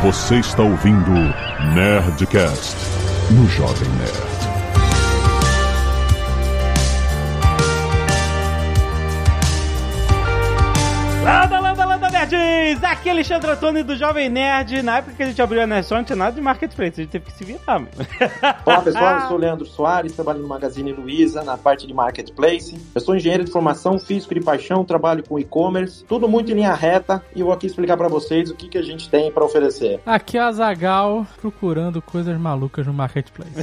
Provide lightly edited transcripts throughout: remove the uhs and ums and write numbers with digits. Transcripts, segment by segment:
Você está ouvindo Nerdcast no Jovem Nerd. Landa, nerds! Aqui é Alexandre Antônio do Jovem Nerd. Na época que a gente abriu a Nerd, não tinha nada de marketplace, a gente teve que se virar, mano. Olá pessoal, eu sou o Leandro Soares, trabalho no Magazine Luiza, na parte de marketplace. Eu sou engenheiro de formação, físico de paixão, trabalho com e-commerce, tudo muito em linha reta, e eu vou aqui explicar pra vocês o que a gente tem pra oferecer. Aqui é o Azaghal, procurando coisas malucas no marketplace.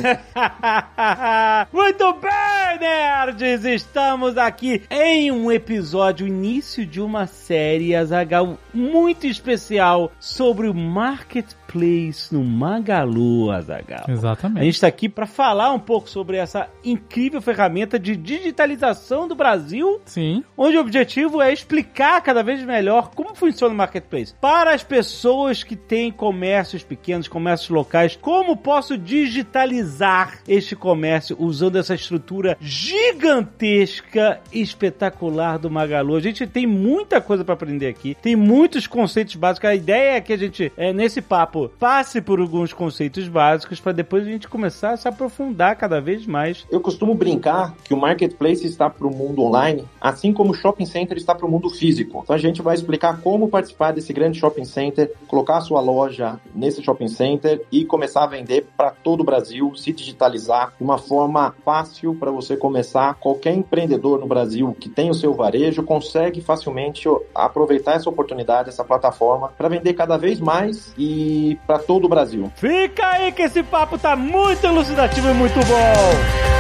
Muito bem, nerds! Estamos aqui em um episódio, início de uma série, Azaghal, muito especial sobre o marketplace no Magalu, Azaghal. Exatamente. A gente está aqui para falar um pouco sobre essa incrível ferramenta de digitalização do Brasil. Sim. Onde o objetivo é explicar cada vez melhor como funciona o marketplace. Para as pessoas que têm comércios pequenos, comércios locais, como posso digitalizar este comércio usando essa estrutura gigantesca e espetacular do Magalu. A gente tem muita coisa para aprender aqui, tem muitos conceitos básicos. A ideia é que a gente, nesse papo, passe por alguns conceitos básicos para depois a gente começar a se aprofundar cada vez mais. Eu costumo brincar que o marketplace está para o mundo online, assim como o shopping center está para o mundo físico. Então a gente vai explicar como participar desse grande shopping center, colocar a sua loja nesse shopping center e começar a vender para todo o Brasil, se digitalizar de uma forma fácil para você começar. Qualquer empreendedor no Brasil que tem o seu varejo consegue facilmente aproveitar essa oportunidade, essa plataforma, para vender cada vez mais e para todo o Brasil. Fica aí que esse papo tá muito elucidativo e muito bom!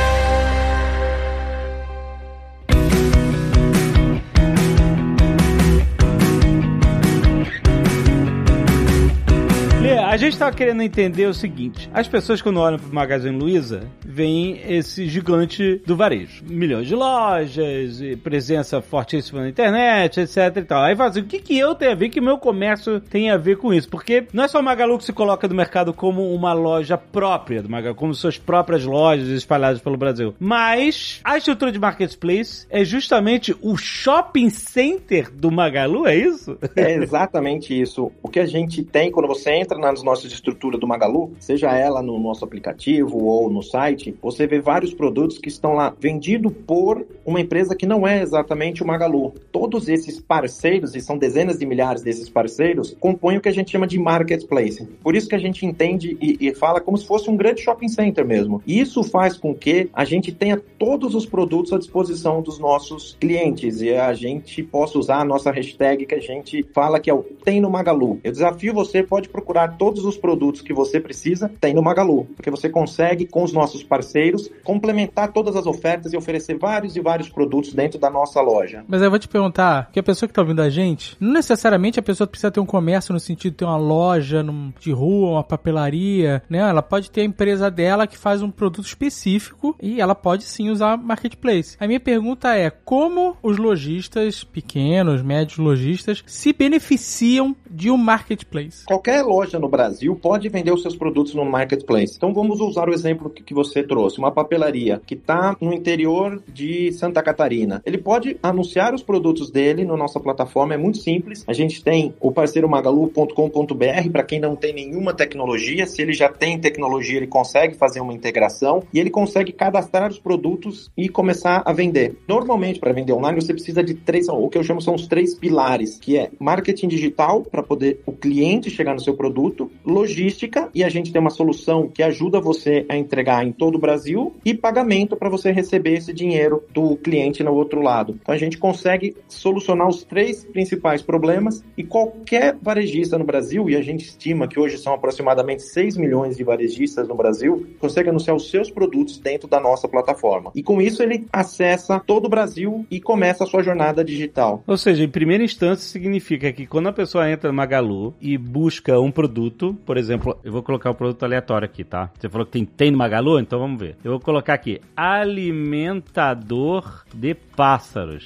A gente estava querendo entender o seguinte: as pessoas quando olham para o Magazine Luiza, veem esse gigante do varejo. Milhões de lojas, presença fortíssima na internet, etc e tal. Aí fala assim, o que eu tenho a ver, que o meu comércio tem a ver com isso? Porque não é só o Magalu que se coloca no mercado como uma loja própria do Magalu, como suas próprias lojas espalhadas pelo Brasil. Mas a estrutura de marketplace é justamente o shopping center do Magalu, é isso? É exatamente isso. O que a gente tem quando você entra nas nossas estruturas do Magalu, seja ela no nosso aplicativo ou no site, você vê vários produtos que estão lá vendidos por uma empresa que não é exatamente o Magalu. Todos esses parceiros, e são dezenas de milhares desses parceiros, compõem o que a gente chama de marketplace. Por isso que a gente entende e fala como se fosse um grande shopping center mesmo. E isso faz com que a gente tenha todos os produtos à disposição dos nossos clientes e a gente possa usar a nossa hashtag que a gente fala que é o Tem no Magalu. Eu desafio você, pode procurar todos os produtos que você precisa, tem no Magalu, porque você consegue, com os nossos parceiros, complementar todas as ofertas e oferecer vários e vários produtos dentro da nossa loja. Mas eu vou te perguntar, que a pessoa que está ouvindo a gente, não necessariamente a pessoa precisa ter um comércio no sentido de ter uma loja de rua, uma papelaria, né? Ela pode ter a empresa dela que faz um produto específico e ela pode sim usar marketplace. A minha pergunta é, como os lojistas pequenos, médios lojistas, se beneficiam de um marketplace? Qualquer loja no Brasil pode vender os seus produtos no marketplace. Então vamos usar o exemplo que você trouxe, uma papelaria que está no interior de Santa Catarina. Ele pode anunciar os produtos dele na nossa plataforma, é muito simples. A gente tem o parceiro magalu.com.br para quem não tem nenhuma tecnologia. Se ele já tem tecnologia, ele consegue fazer uma integração e ele consegue cadastrar os produtos e começar a vender. Normalmente, para vender online, você precisa de o que eu chamo são os 3 pilares, que é marketing digital, para poder o cliente chegar no seu produto, logística, e a gente tem uma solução que ajuda você a entregar em todo o Brasil, e pagamento para você receber esse dinheiro do cliente no outro lado. Então a gente consegue solucionar os 3 principais problemas e qualquer varejista no Brasil, e a gente estima que hoje são aproximadamente 6 milhões de varejistas no Brasil, consegue anunciar os seus produtos dentro da nossa plataforma. E com isso ele acessa todo o Brasil e começa a sua jornada digital. Ou seja, em primeira instância significa que quando a pessoa entra no Magalu e busca um produto, por exemplo, eu vou colocar o produto aleatório aqui, tá? Você falou que tem no Magalu, então vamos ver. Eu vou colocar aqui, alimentador de pássaros.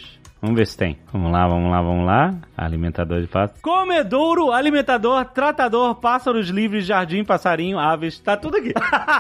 Vamos ver se tem. Vamos lá. Alimentador de pássaros. Comedouro, alimentador, tratador, pássaros livres, jardim, passarinho, aves. Tá tudo aqui.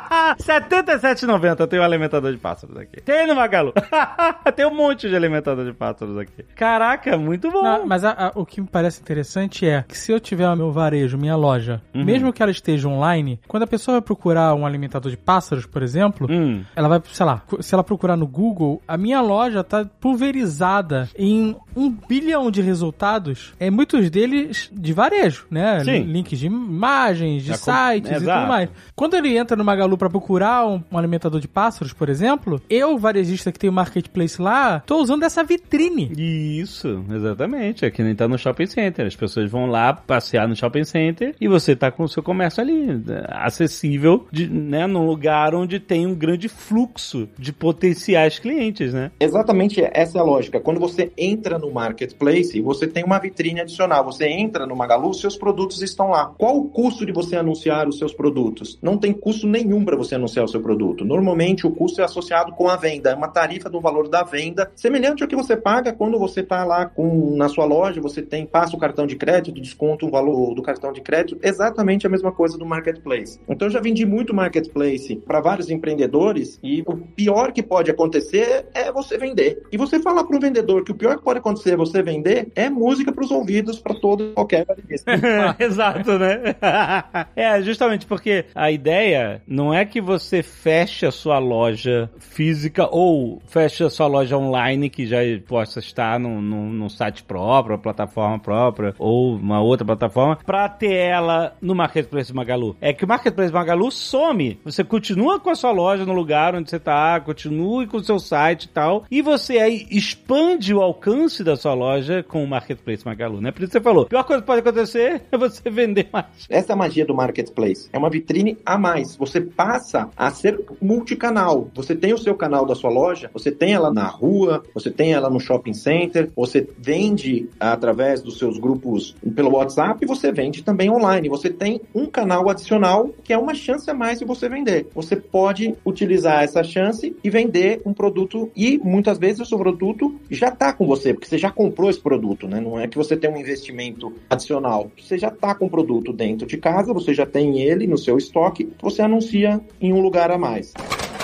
R$77,90 tem um alimentador de pássaros aqui. Tem no Magalu. Tem um monte de alimentador de pássaros aqui. Caraca, muito bom. Não, mas o que me parece interessante é que se eu tiver o meu varejo, minha loja, mesmo que ela esteja online, quando a pessoa vai procurar um alimentador de pássaros, por exemplo, ela vai, sei lá, se ela procurar no Google, a minha loja tá pulverizada em 1 bilhão de resultados, muitos deles de varejo, né? Sim. Links de imagens, de sites e tudo mais. Quando ele entra no Magalu pra procurar um alimentador de pássaros, por exemplo, eu, varejista que tem o marketplace lá, tô usando essa vitrine. Isso, exatamente. É que nem tá no shopping center. As pessoas vão lá passear no shopping center e você tá com o seu comércio ali, acessível, né, num lugar onde tem um grande fluxo de potenciais clientes, né? Exatamente, essa é a lógica. Quando você entra no marketplace, você tem uma vitrine adicional. Você entra no Magalu, seus produtos estão lá. Qual o custo de você anunciar os seus produtos? Não tem custo nenhum para você anunciar o seu produto. Normalmente, o custo é associado com a venda. É uma tarifa do valor da venda, semelhante ao que você paga quando você está lá na sua loja, você passa o cartão de crédito, desconta o valor do cartão de crédito. Exatamente a mesma coisa do marketplace. Então, eu já vendi muito marketplace para vários empreendedores e o pior que pode acontecer é você vender. E você falar para um vendedor que o pior que pode acontecer é você vender é música para os ouvidos para todo e qualquer varejista. Exato, né? Justamente porque a ideia não é que você feche a sua loja física ou feche a sua loja online que já possa estar num site próprio, uma plataforma própria ou uma outra plataforma para ter ela no Marketplace Magalu. É que o Marketplace Magalu some. Você continua com a sua loja no lugar onde você tá, continue com o seu site e tal, e você aí expande o alcance da sua loja com o Marketplace Magalu, né? Por isso você falou, a pior coisa que pode acontecer é você vender mais. Essa é a magia do Marketplace. É uma vitrine a mais. Você passa a ser multicanal. Você tem o seu canal da sua loja, você tem ela na rua, você tem ela no shopping center, você vende através dos seus grupos pelo WhatsApp e você vende também online. Você tem um canal adicional que é uma chance a mais de você vender. Você pode utilizar essa chance e vender um produto e muitas vezes o seu produto já está com você, porque você já comprou esse produto, né? Não é que você tem um investimento adicional. Você já está com o produto dentro de casa, você já tem ele no seu estoque, você anuncia em um lugar a mais.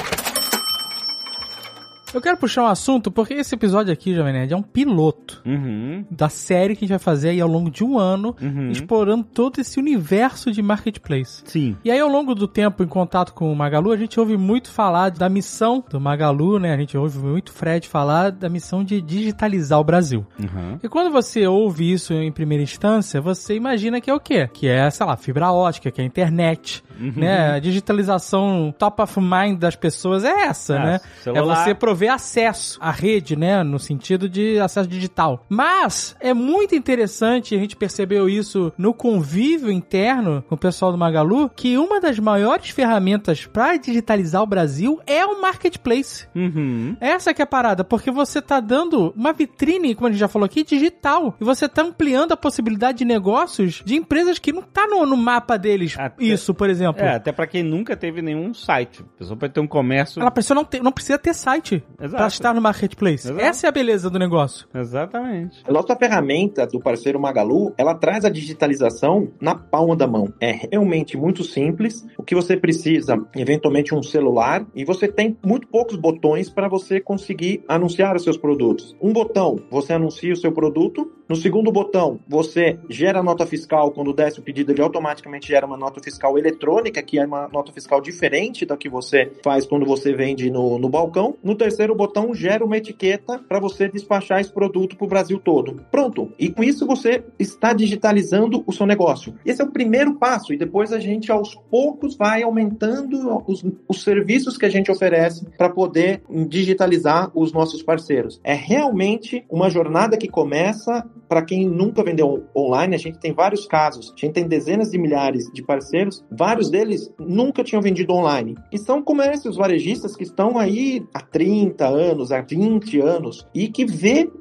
Eu quero puxar um assunto, porque esse episódio aqui, Jovem Nerd, é um piloto da série que a gente vai fazer aí ao longo de um ano, explorando todo esse universo de marketplace. Sim. E aí, ao longo do tempo, em contato com o Magalu, a gente ouve muito falar da missão do Magalu, né? A gente ouve muito Fred falar da missão de digitalizar o Brasil. E quando você ouve isso em primeira instância, você imagina que é o quê? Que é, sei lá, fibra ótica, que é a internet, né? A digitalização top of mind das pessoas é essa, né? Celular. É você prover acesso à rede, né? No sentido de acesso digital. Mas é muito interessante, a gente percebeu isso no convívio interno com o pessoal do Magalu, que uma das maiores ferramentas para digitalizar o Brasil é o Marketplace. Essa que é a parada, porque você tá dando uma vitrine, como a gente já falou aqui, digital. E você tá ampliando a possibilidade de negócios de empresas que não tá no mapa deles. Isso, por exemplo. Até pra quem nunca teve nenhum site. A pessoa pode ter um comércio... A pessoa não precisa ter site. Para estar no Marketplace. Exato. Essa é a beleza do negócio. Exatamente. A nossa ferramenta do parceiro Magalu, ela traz a digitalização na palma da mão. É realmente muito simples. O que você precisa, eventualmente, um celular, e você tem muito poucos botões para você conseguir anunciar os seus produtos. Um botão, você anuncia o seu produto. No segundo botão, você gera a nota fiscal. Quando desce o pedido, ele automaticamente gera uma nota fiscal eletrônica, que é uma nota fiscal diferente da que você faz quando você vende no balcão. No terceiro botão, gera uma etiqueta para você despachar esse produto para o Brasil todo. Pronto. E com isso você está digitalizando o seu negócio. Esse é o primeiro passo, e depois a gente, aos poucos, vai aumentando os serviços que a gente oferece para poder digitalizar os nossos parceiros. É realmente uma jornada que começa para quem nunca vendeu online. A gente tem vários casos, a gente tem dezenas de milhares de parceiros, vários deles nunca tinham vendido online. E são comércios varejistas que estão aí há 30 anos, há 20 anos, e que vê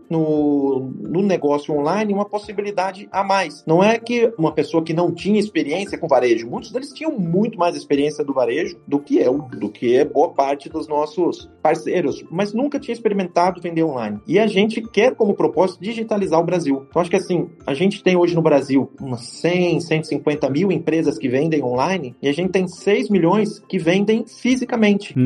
no negócio online uma possibilidade a mais. Não é que uma pessoa que não tinha experiência com varejo, muitos deles tinham muito mais experiência do varejo do que é boa parte dos nossos parceiros, mas nunca tinha experimentado vender online. E a gente quer como propósito digitalizar o Brasil. Então acho que assim, a gente tem hoje no Brasil umas 100, 150 mil empresas que vendem online e a gente tem 6 milhões que vendem fisicamente.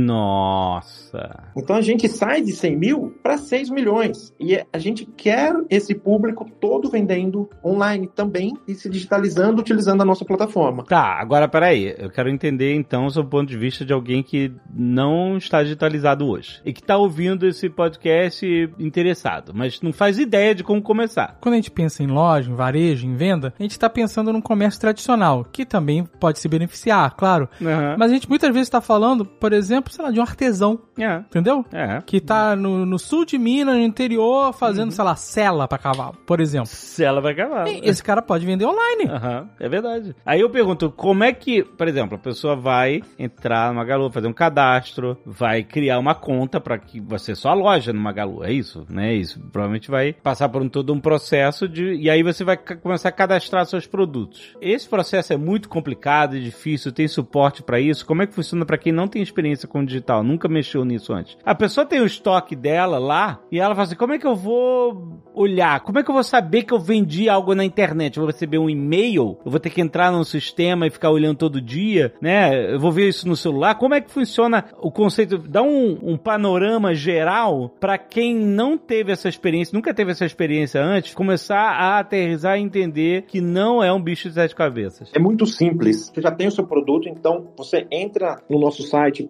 Nossa! Então a gente sai de 100 mil para 6 milhões. E a gente quer esse público todo vendendo online também e se digitalizando, utilizando a nossa plataforma. Tá, agora peraí. Eu quero entender então o ponto de vista de alguém que não está digitalizado hoje e que está ouvindo esse podcast interessado, mas não faz ideia de como começar. Quando a gente pensa em loja, em varejo, em venda, a gente está pensando num comércio tradicional, que também pode se beneficiar, claro. Uhum. Mas a gente muitas vezes está falando, por exemplo, sei lá, de um artesão. Entendeu? Que tá no sul de Minas, no interior, fazendo, sei lá, sela pra cavalo, por exemplo. Sela pra cavalo. Esse cara pode vender online. É verdade. Aí eu pergunto, como é que, por exemplo, a pessoa vai entrar no Magalu, fazer um cadastro, vai criar uma conta pra que você só loja no Magalu, é isso? Né? Isso provavelmente vai passar por todo um processo e aí você vai começar a cadastrar seus produtos. Esse processo é muito complicado e difícil, tem suporte pra isso? Como é que funciona pra quem não tem experiência com digital, nunca mexeu nisso antes? A pessoa tem o estoque dela lá e ela fala assim, como é que eu vou olhar? Como é que eu vou saber que eu vendi algo na internet? Eu vou receber um e-mail? Eu vou ter que entrar num sistema e ficar olhando todo dia? Né? Eu vou ver isso no celular? Como é que funciona o conceito? Dá um panorama geral para quem não teve essa experiência, nunca teve essa experiência antes, começar a aterrissar e entender que não é um bicho de 7 cabeças. É muito simples. Você já tem o seu produto, então você entra no nosso site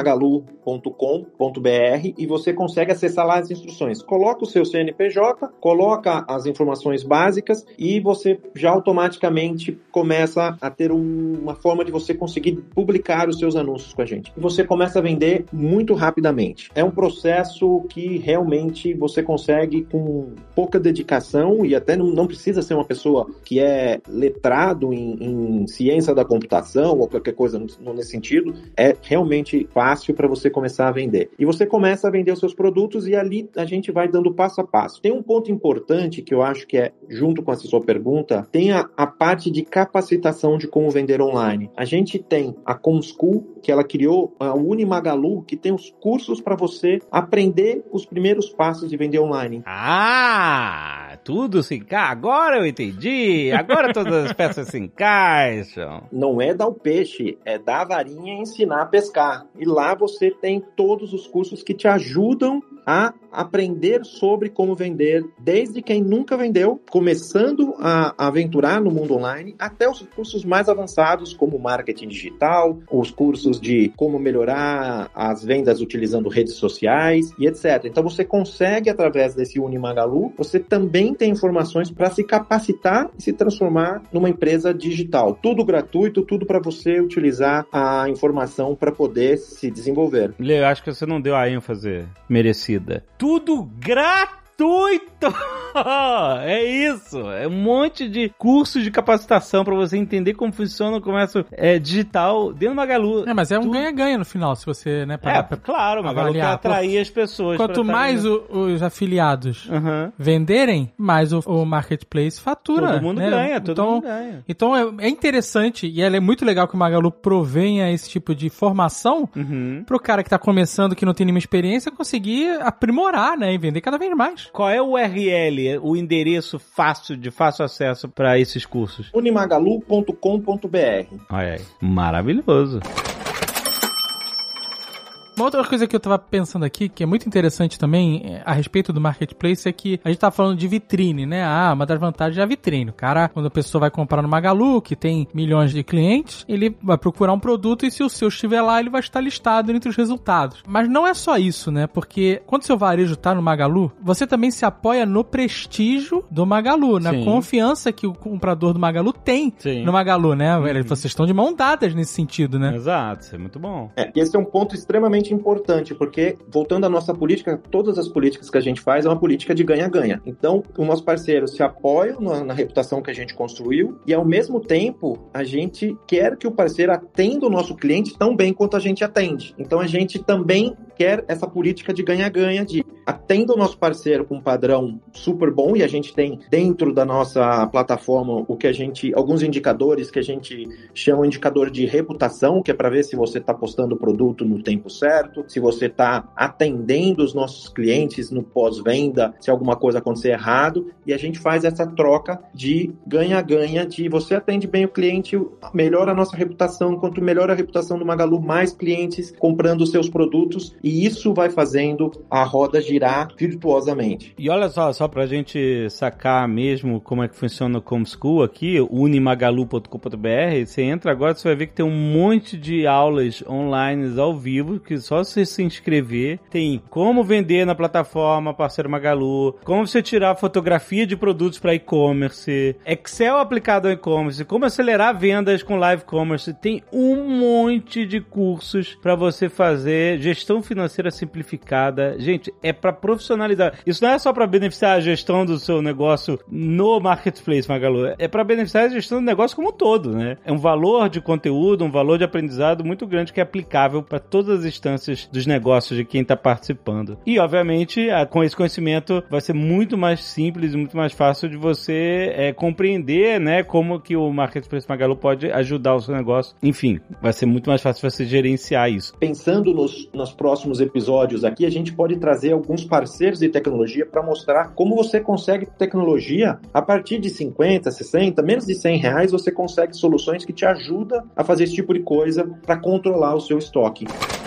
parceiromagalu.com.br e você consegue acessar lá as instruções. Coloca o seu CNPJ, coloca as informações básicas e você já automaticamente começa a ter uma forma de você conseguir publicar os seus anúncios com a gente. E você começa a vender muito rapidamente. É um processo que realmente você consegue com pouca dedicação e até não precisa ser uma pessoa que é letrado em ciência da computação ou qualquer coisa nesse sentido. É realmente fácil para você começar a vender. E você começa a vender os seus produtos e ali a gente vai dando passo a passo. Tem um ponto importante que eu acho que é, junto com essa sua pergunta, tem a parte de capacitação de como vender online. A gente tem a ComSchool, que ela criou a Unimagalu, que tem os cursos para você aprender os primeiros passos de vender online. Tudo se encaixa. Agora eu entendi. Agora todas as peças se encaixam. Não é dar o peixe, é dar a varinha e ensinar a pescar. E lá você tem todos os cursos que te ajudam a aprender sobre como vender, desde quem nunca vendeu, começando a aventurar no mundo online, até os cursos mais avançados, como marketing digital, os cursos de como melhorar as vendas utilizando redes sociais e etc. Então você consegue, através desse Unimagalu, você também tem informações para se capacitar e se transformar numa empresa digital. Tudo gratuito, tudo para você utilizar a informação para poder se desenvolver. Lê, eu acho que você não deu a ênfase merecida. Tudo gratuito! É isso! É um monte de cursos de capacitação pra você entender como funciona o comércio digital dentro do Magalu. Mas é um ganha-ganha no final, se você, né, claro, o Magalu quer atrair as pessoas. Quanto mais os afiliados venderem, mais o marketplace fatura. Todo mundo ganha, todo mundo ganha. Então é interessante, e é muito legal que o Magalu provenha esse tipo de formação pro cara que tá começando, que não tem nenhuma experiência, conseguir aprimorar, né, e vender cada vez mais. Qual é o URL, o endereço de fácil acesso para esses cursos? Unimagalu.com.br. Olha aí, maravilhoso. Uma outra coisa que eu tava pensando aqui, que é muito interessante também a respeito do marketplace, é que a gente tá falando de vitrine, né? Uma das vantagens é a vitrine. O cara, quando a pessoa vai comprar no Magalu, que tem milhões de clientes, ele vai procurar um produto e se o seu estiver lá, ele vai estar listado entre os resultados. Mas não é só isso, né? Porque quando o seu varejo tá no Magalu, você também se apoia no prestígio do Magalu, na confiança que o comprador do Magalu tem no Magalu, né? Vocês estão de mão dadas nesse sentido, né? Exato, isso é muito bom. Esse é um ponto extremamente importante, porque, voltando à nossa política, todas as políticas que a gente faz é uma política de ganha-ganha. Então, o nosso parceiro se apoia na reputação que a gente construiu e, ao mesmo tempo, a gente quer que o parceiro atenda o nosso cliente tão bem quanto a gente atende. Então, a gente também quer essa política de ganha-ganha, de atenda o nosso parceiro com um padrão super bom, e a gente tem dentro da nossa plataforma alguns indicadores que a gente chama de indicador de reputação, que é para ver se você está postando o produto no tempo certo, se você está atendendo os nossos clientes no pós-venda, se alguma coisa acontecer errado, e a gente faz essa troca de ganha-ganha, de você atende bem o cliente, melhora a nossa reputação, quanto melhor a reputação do Magalu, mais clientes comprando os seus produtos, e isso vai fazendo a roda girar virtuosamente. E olha só pra gente sacar mesmo como é que funciona o Comschool aqui, unimagalu.com.br, você entra agora, você vai ver que tem um monte de aulas online ao vivo, que só você se inscrever, tem como vender na plataforma parceiro Magalu, como você tirar fotografia de produtos para e-commerce, Excel aplicado ao e-commerce, como acelerar vendas com live commerce, tem um monte de cursos para você fazer gestão financeira simplificada. Gente, é para profissionalizar. Isso não é só para beneficiar a gestão do seu negócio no Marketplace Magalu, é para beneficiar a gestão do negócio como um todo, né? É um valor de conteúdo, um valor de aprendizado muito grande que é aplicável para todas as instâncias dos negócios de quem está participando. E, obviamente, com esse conhecimento vai ser muito mais simples e muito mais fácil de você compreender, né, como que o Marketplace Magalu pode ajudar o seu negócio. Enfim, vai ser muito mais fácil você gerenciar isso. Pensando nos próximos episódios aqui, a gente pode trazer alguns parceiros de tecnologia para mostrar como você consegue tecnologia a partir de 50, 60, menos de R$100, você consegue soluções que te ajudam a fazer esse tipo de coisa para controlar o seu estoque.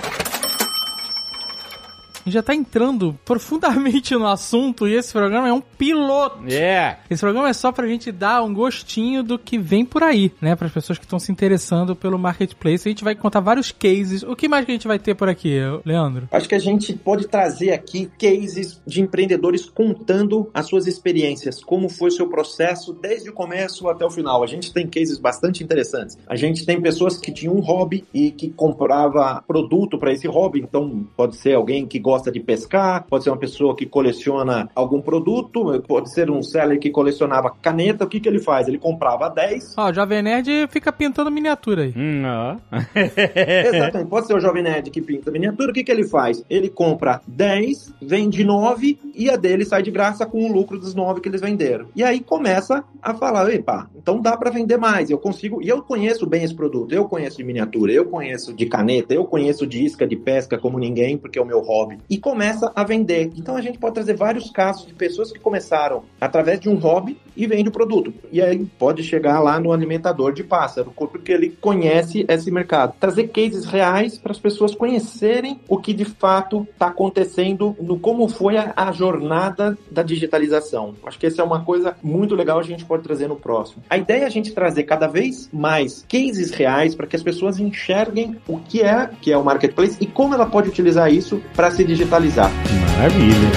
Já tá entrando profundamente no assunto e esse programa é um piloto. Esse programa é só pra gente dar um gostinho do que vem por aí, né? Para as pessoas que estão se interessando pelo Marketplace. A gente vai contar vários cases. O que mais que a gente vai ter por aqui, Leandro? Acho que a gente pode trazer aqui cases de empreendedores contando as suas experiências, como foi o seu processo desde o começo até o final. A gente tem cases bastante interessantes. A gente tem pessoas que tinham um hobby e que comprava produto para esse hobby. Então, pode ser alguém que gosta de pescar, pode ser uma pessoa que coleciona algum produto, pode ser um seller que colecionava caneta. O que ele faz? Ele comprava 10. O Jovem Nerd fica pintando miniatura aí. Exatamente. Pode ser o Jovem Nerd que pinta miniatura. O que ele faz? Ele compra 10, vende 9 e a dele sai de graça com o lucro dos 9 que eles venderam. E aí começa a falar, epa, então dá para vender mais, eu consigo, e eu conheço bem esse produto, eu conheço de miniatura, eu conheço de caneta, eu conheço de isca de pesca como ninguém, porque é o meu hobby. E começa a vender. Então a gente pode trazer vários casos de pessoas que começaram através de um hobby e vende o produto. E aí pode chegar lá no alimentador de pássaro, porque ele conhece esse mercado. Trazer cases reais para as pessoas conhecerem o que de fato está acontecendo, no como foi a jornada da digitalização. Acho que essa é uma coisa muito legal, a gente pode trazer no próximo. A ideia é a gente trazer cada vez mais cases reais para que as pessoas enxerguem o que é o Marketplace e como ela pode utilizar isso para se digitalizar. Maravilha.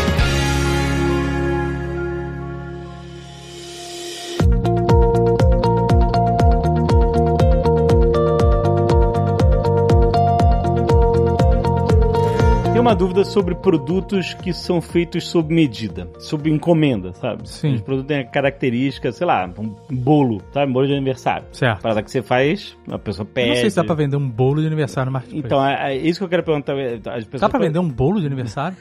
Uma dúvida sobre produtos que são feitos sob medida, sob encomenda, sabe? Sim. Os produtos têm a característica, sei lá, um bolo, sabe? Um bolo de aniversário. Certo. Parada que você faz, a pessoa pede. Eu não sei se dá pra vender um bolo de aniversário no Marketplace. Então, é isso que eu quero perguntar. As pessoas dá pra vender um bolo de aniversário?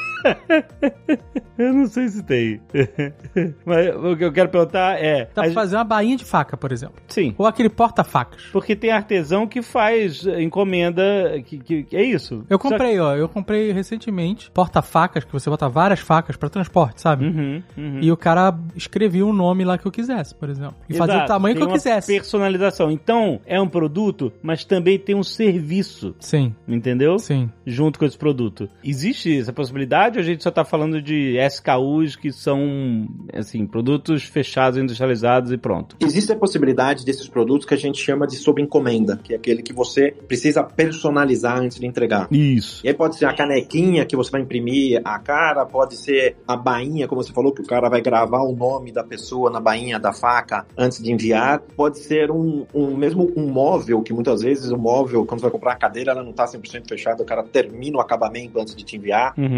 Eu não sei se tem. Mas o que eu quero perguntar é... Dá pra fazer uma bainha de faca, por exemplo. Sim. Ou aquele porta-facas. Porque tem artesão que faz encomenda, que é isso. Eu comprei recentemente porta-facas, que você bota várias facas pra transporte, sabe? Uhum. E o cara escrevia um nome lá que eu quisesse, por exemplo. E fazia o tamanho que eu quisesse. Personalização. Então, é um produto, mas também tem um serviço. Sim. Entendeu? Sim. Junto com esse produto. Existe essa possibilidade ou a gente só tá falando de SKUs que são, assim, produtos fechados, industrializados e pronto? Existe a possibilidade desses produtos que a gente chama de sob encomenda, que é aquele que você precisa personalizar antes de entregar. Isso. E aí pode ser a canequinha que você vai imprimir a cara, pode ser a bainha, como você falou, que o cara vai gravar o nome da pessoa na bainha da faca antes de enviar. Pode ser mesmo um móvel, que muitas vezes o móvel, quando você vai comprar a cadeira, ela não tá 100% fechada, o cara termina o acabamento antes de te enviar. Uhum. Pode ser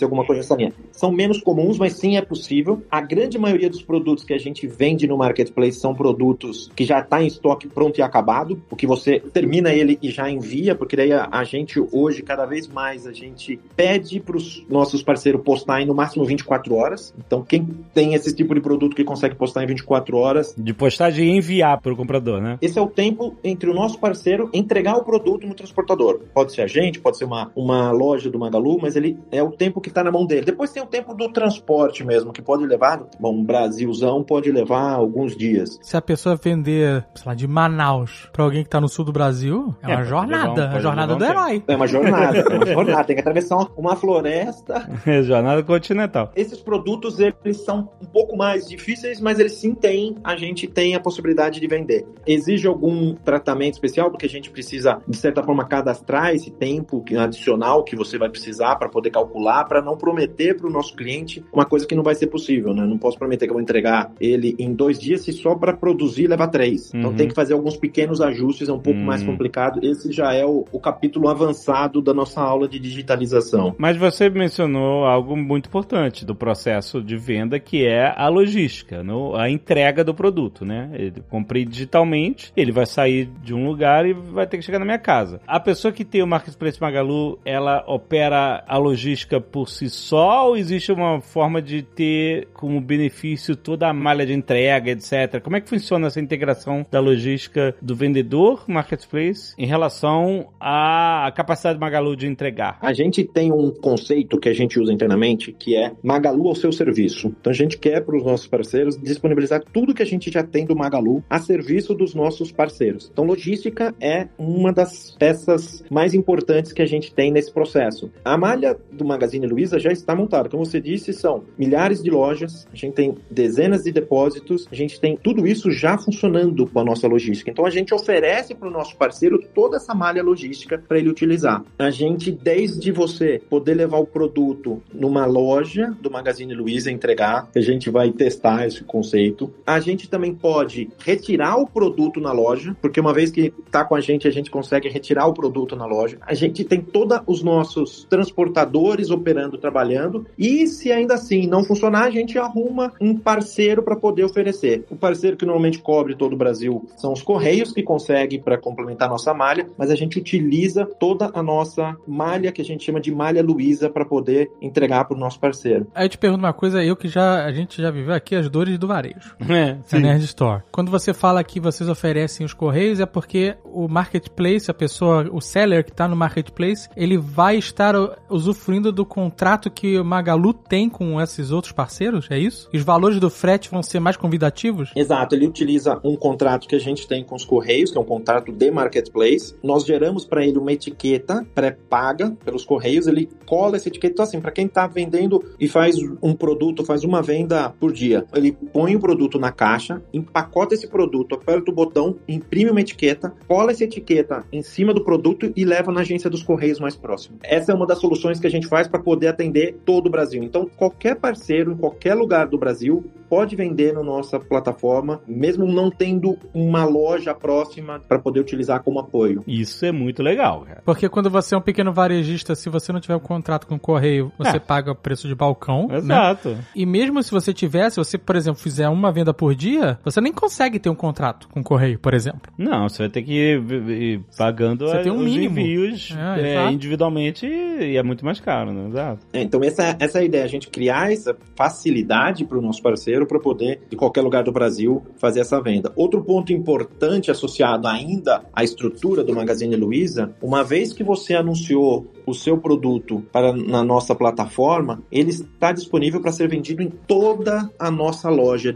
alguma coisa nessa linha. São menos comuns, mas sim é possível. A grande maioria dos produtos que a gente vende no Marketplace são produtos que já está em estoque pronto e acabado, porque você termina ele e já envia, porque daí a gente hoje, cada vez mais, a gente pede para os nossos parceiros postar em no máximo 24 horas. Então, quem tem esse tipo de produto que consegue postar em 24 horas... De postagem e enviar para o comprador, né? Esse é o tempo entre o nosso parceiro entregar o produto no transportador. Pode ser a gente, pode ser uma loja do Magalu, mas ele é o tempo que está na mão dele. Depois tem o tempo do transporte mesmo, que pode levar, um Brasilzão pode levar alguns dias. Se a pessoa vender, sei lá, de Manaus para alguém que está no sul do Brasil, é uma jornada. A jornada do herói. É uma jornada, tem que atravessar uma floresta. É jornada continental. Esses produtos, eles são um pouco mais difíceis, mas eles sim têm, a gente tem a possibilidade de vender. Exige algum tratamento especial, porque a gente precisa, de certa forma, cadastrar esse tempo adicional que você vai precisar para poder calcular, para não prometer para o nosso cliente uma coisa que não vai ser possível, né? Não posso prometer que eu vou entregar ele em 2 dias, se só para produzir leva 3. Então tem que fazer alguns pequenos ajustes, é um pouco mais complicado. Esse já é o capítulo avançado da nossa aula de digitalização. Mas você mencionou algo muito importante do processo de venda, que é a logística, a entrega do produto, né? Eu comprei digitalmente, ele vai sair de um lugar e vai ter que chegar na minha casa. A pessoa que tem o Marketplace Magalu, ela opera a logística por si só, ou existe uma forma de ter como benefício toda a malha de entrega, etc? Como é que funciona essa integração da logística do vendedor Marketplace em relação à capacidade do Magalu de entregar? A gente tem um conceito que a gente usa internamente, que é Magalu ao seu serviço. Então a gente quer para os nossos parceiros disponibilizar tudo que a gente já tem do Magalu a serviço dos nossos parceiros. Então logística é uma das peças mais importantes que a gente tem nesse processo. A malha do Magazine Luiza já está montada. Como você disse, são milhares de lojas, a gente tem dezenas de depósitos, a gente tem tudo isso já funcionando com a nossa logística. Então a gente oferece para o nosso parceiro toda essa malha logística para ele utilizar. A gente, desde você poder levar o produto numa loja do Magazine Luiza, entregar, a gente vai testar esse conceito. A gente também pode retirar o produto na loja, porque uma vez que está com a gente consegue retirar o produto na loja. A gente tem todos os nossos transportadores operando, trabalhando, e se ainda assim não funcionar, a gente arruma um parceiro para poder oferecer. O parceiro que normalmente cobre todo o Brasil são os Correios, que conseguem para complementar a nossa malha, mas a gente utiliza toda a nossa malha, que a gente chama de malha Luiza, para poder entregar para o nosso parceiro. Aí eu te pergunto uma coisa, a gente já viveu aqui as dores do varejo. A Nerd Store. Quando você fala que vocês oferecem os Correios, é porque o Marketplace, a pessoa, o seller que está no Marketplace, ele vai estar usufruindo do contrato que o Magalu tem com esses outros parceiros, é isso? E os valores do frete vão ser mais convidativos? Exato, ele utiliza um contrato que a gente tem com os Correios, que é um contrato de Marketplace. Nós geramos para ele uma etiqueta pré-paga pelos Correios, ele cola essa etiqueta. Então, assim, para quem está vendendo e faz um produto, faz uma venda por dia, ele põe o produto na caixa, empacota esse produto, aperta o botão, imprime uma etiqueta, cola essa etiqueta em cima do produto e leva na agência dos Correios mais próximo. Essa é uma das soluções que a gente faz para poder atender todo o Brasil. Então, qualquer parceiro em qualquer lugar do Brasil pode vender na nossa plataforma, mesmo não tendo uma loja próxima para poder utilizar como apoio. Isso é muito legal, cara. Porque quando você é um pequeno varejista, se você não tiver um contrato com o Correio, você paga o preço de balcão. Exato. Né? E mesmo se você tivesse, você, por exemplo, fizer uma venda por dia, você nem consegue ter um contrato com o Correio, por exemplo. Não, você vai ter que ir pagando você tem um os mínimo. envios individualmente e é muito mais caro, né? Exato. Então essa é a ideia, a gente criar essa facilidade para o nosso parceiro para poder, de qualquer lugar do Brasil, fazer essa venda. Outro ponto importante associado ainda à estrutura do Magazine Luiza, uma vez que você anunciou o seu produto na nossa plataforma, ele está disponível para ser vendido em toda a nossa loja,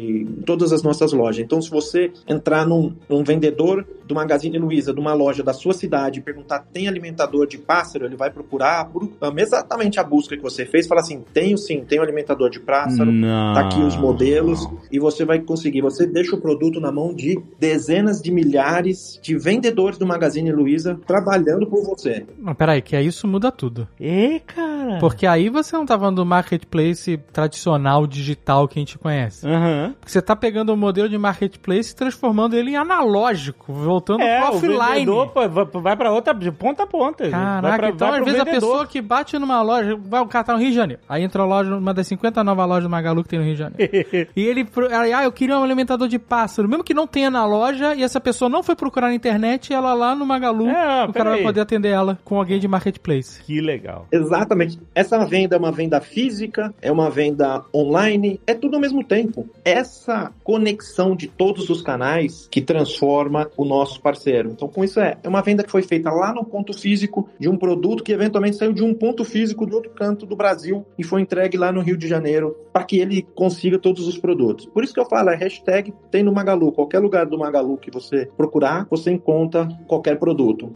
todas as nossas lojas. Então, se você entrar num vendedor do Magazine Luiza, de uma loja da sua cidade, e perguntar, tem alimentador de pássaro? Ele vai procurar exatamente a busca que você fez, fala assim, tenho alimentador de pássaro, tá aqui os modelos, e você vai conseguir, você deixa o produto na mão de dezenas de milhares de vendedores do Magazine Luiza trabalhando por você. Não, peraí, que aí isso muda tudo. Cara. Porque aí você não tá falando do marketplace tradicional, digital que a gente conhece. Porque você tá pegando o modelo de marketplace e transformando ele em analógico, voltando pro offline. O vendedor vai pra outra, de ponta a ponta. Caraca, então às vezes a pessoa que bate numa loja, o cara tá no Rio de Janeiro, aí entra a loja, uma das 50 novas lojas do Magalu que tem no Rio de Janeiro. E ele, eu queria um alimentador de pássaro, mesmo que não tenha na loja, e essa pessoa não foi procurar na internet, ela lá no Magalu, o cara vai poder atender ela com alguém de marketplace. Que legal. Exatamente. Essa venda é uma venda física, é uma venda online, é tudo ao mesmo tempo. Essa conexão de todos os canais que transforma o nosso parceiro. Então, com isso é uma venda que foi feita lá no ponto físico de um produto que eventualmente saiu de um ponto físico de outro canto do Brasil e foi entregue lá no Rio de Janeiro para que ele consiga todos os produtos. Por isso que eu falo, hashtag tem no Magalu. Qualquer lugar do Magalu que você procurar, você encontra qualquer produto.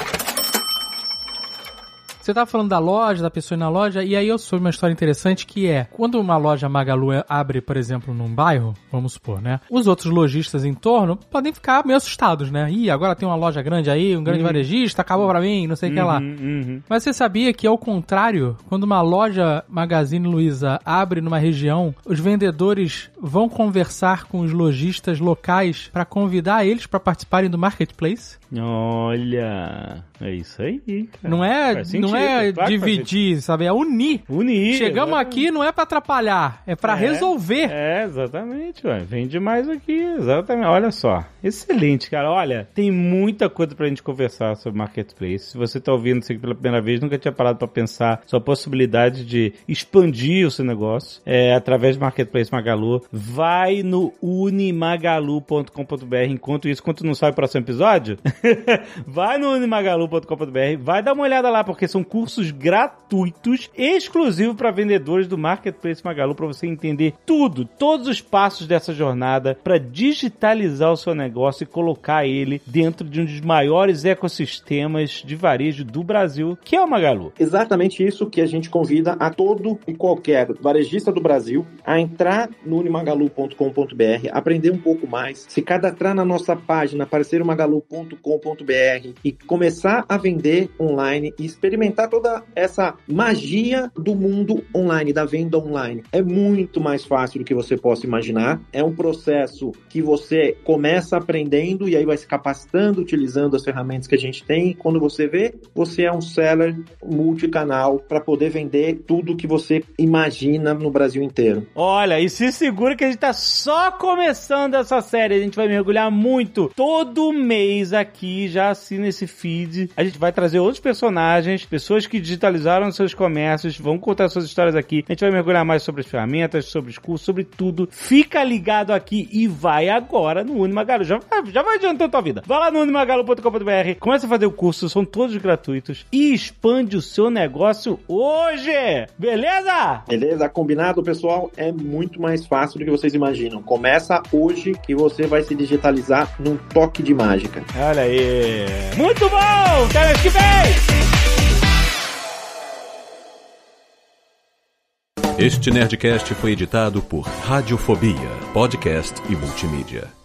Você tava falando da loja, da pessoa ir na loja, e aí eu soube uma história interessante que é, quando uma loja Magalu abre, por exemplo, num bairro, vamos supor, né? Os outros lojistas em torno podem ficar meio assustados, né? Ih, agora tem uma loja grande aí, um grande varejista, acabou pra mim, não sei o que lá. Mas você sabia que, ao contrário, quando uma loja Magazine Luiza abre numa região, os vendedores vão conversar com os lojistas locais pra convidar eles pra participarem do marketplace? Olha, é isso aí, cara. Não é claro dividir, sabe? É unir. Chegamos aqui não é pra atrapalhar, é pra resolver. Exatamente, ué. Vende mais aqui, exatamente. Olha só, excelente, cara. Olha, tem muita coisa pra gente conversar sobre marketplace. Se você tá ouvindo isso aqui pela primeira vez, nunca tinha parado pra pensar sobre a possibilidade de expandir o seu negócio através do Marketplace Magalu, vai no unimagalu.com.br. Enquanto não sai o próximo episódio, vai no unimagalu.com.br, vai dar uma olhada lá, porque são cursos gratuitos, exclusivos para vendedores do Marketplace Magalu, para você entender tudo, todos os passos dessa jornada para digitalizar o seu negócio e colocar ele dentro de um dos maiores ecossistemas de varejo do Brasil, que é o Magalu. Exatamente isso que a gente convida a todo e qualquer varejista do Brasil a entrar no unimagalu.com.br, aprender um pouco mais, se cadastrar na nossa página parceiromagalu.com.br e começar a vender online e experimentar toda essa magia do mundo online, da venda online. É muito mais fácil do que você possa imaginar. É um processo que você começa aprendendo e aí vai se capacitando, utilizando as ferramentas que a gente tem. E quando você vê, você é um seller multicanal para poder vender tudo que você imagina no Brasil inteiro. Olha, e se segura que a gente tá só começando essa série. A gente vai mergulhar muito. Todo mês aqui, já assina esse feed. A gente vai trazer outros personagens, pessoas que digitalizaram seus comércios, vão contar suas histórias aqui. A gente vai mergulhar mais sobre as ferramentas, sobre os cursos, sobre tudo. Fica ligado aqui e vai agora no Unimagalu. Já vai adiantando tua vida. Vai lá no unimagalu.com.br, começa a fazer o curso, são todos gratuitos e expande o seu negócio hoje. Beleza? Beleza, combinado, pessoal? É muito mais fácil do que vocês imaginam. Começa hoje que você vai se digitalizar num toque de mágica. Olha aí. Muito bom! Até mês que vem! Este Nerdcast foi editado por Radiofobia, podcast e multimídia.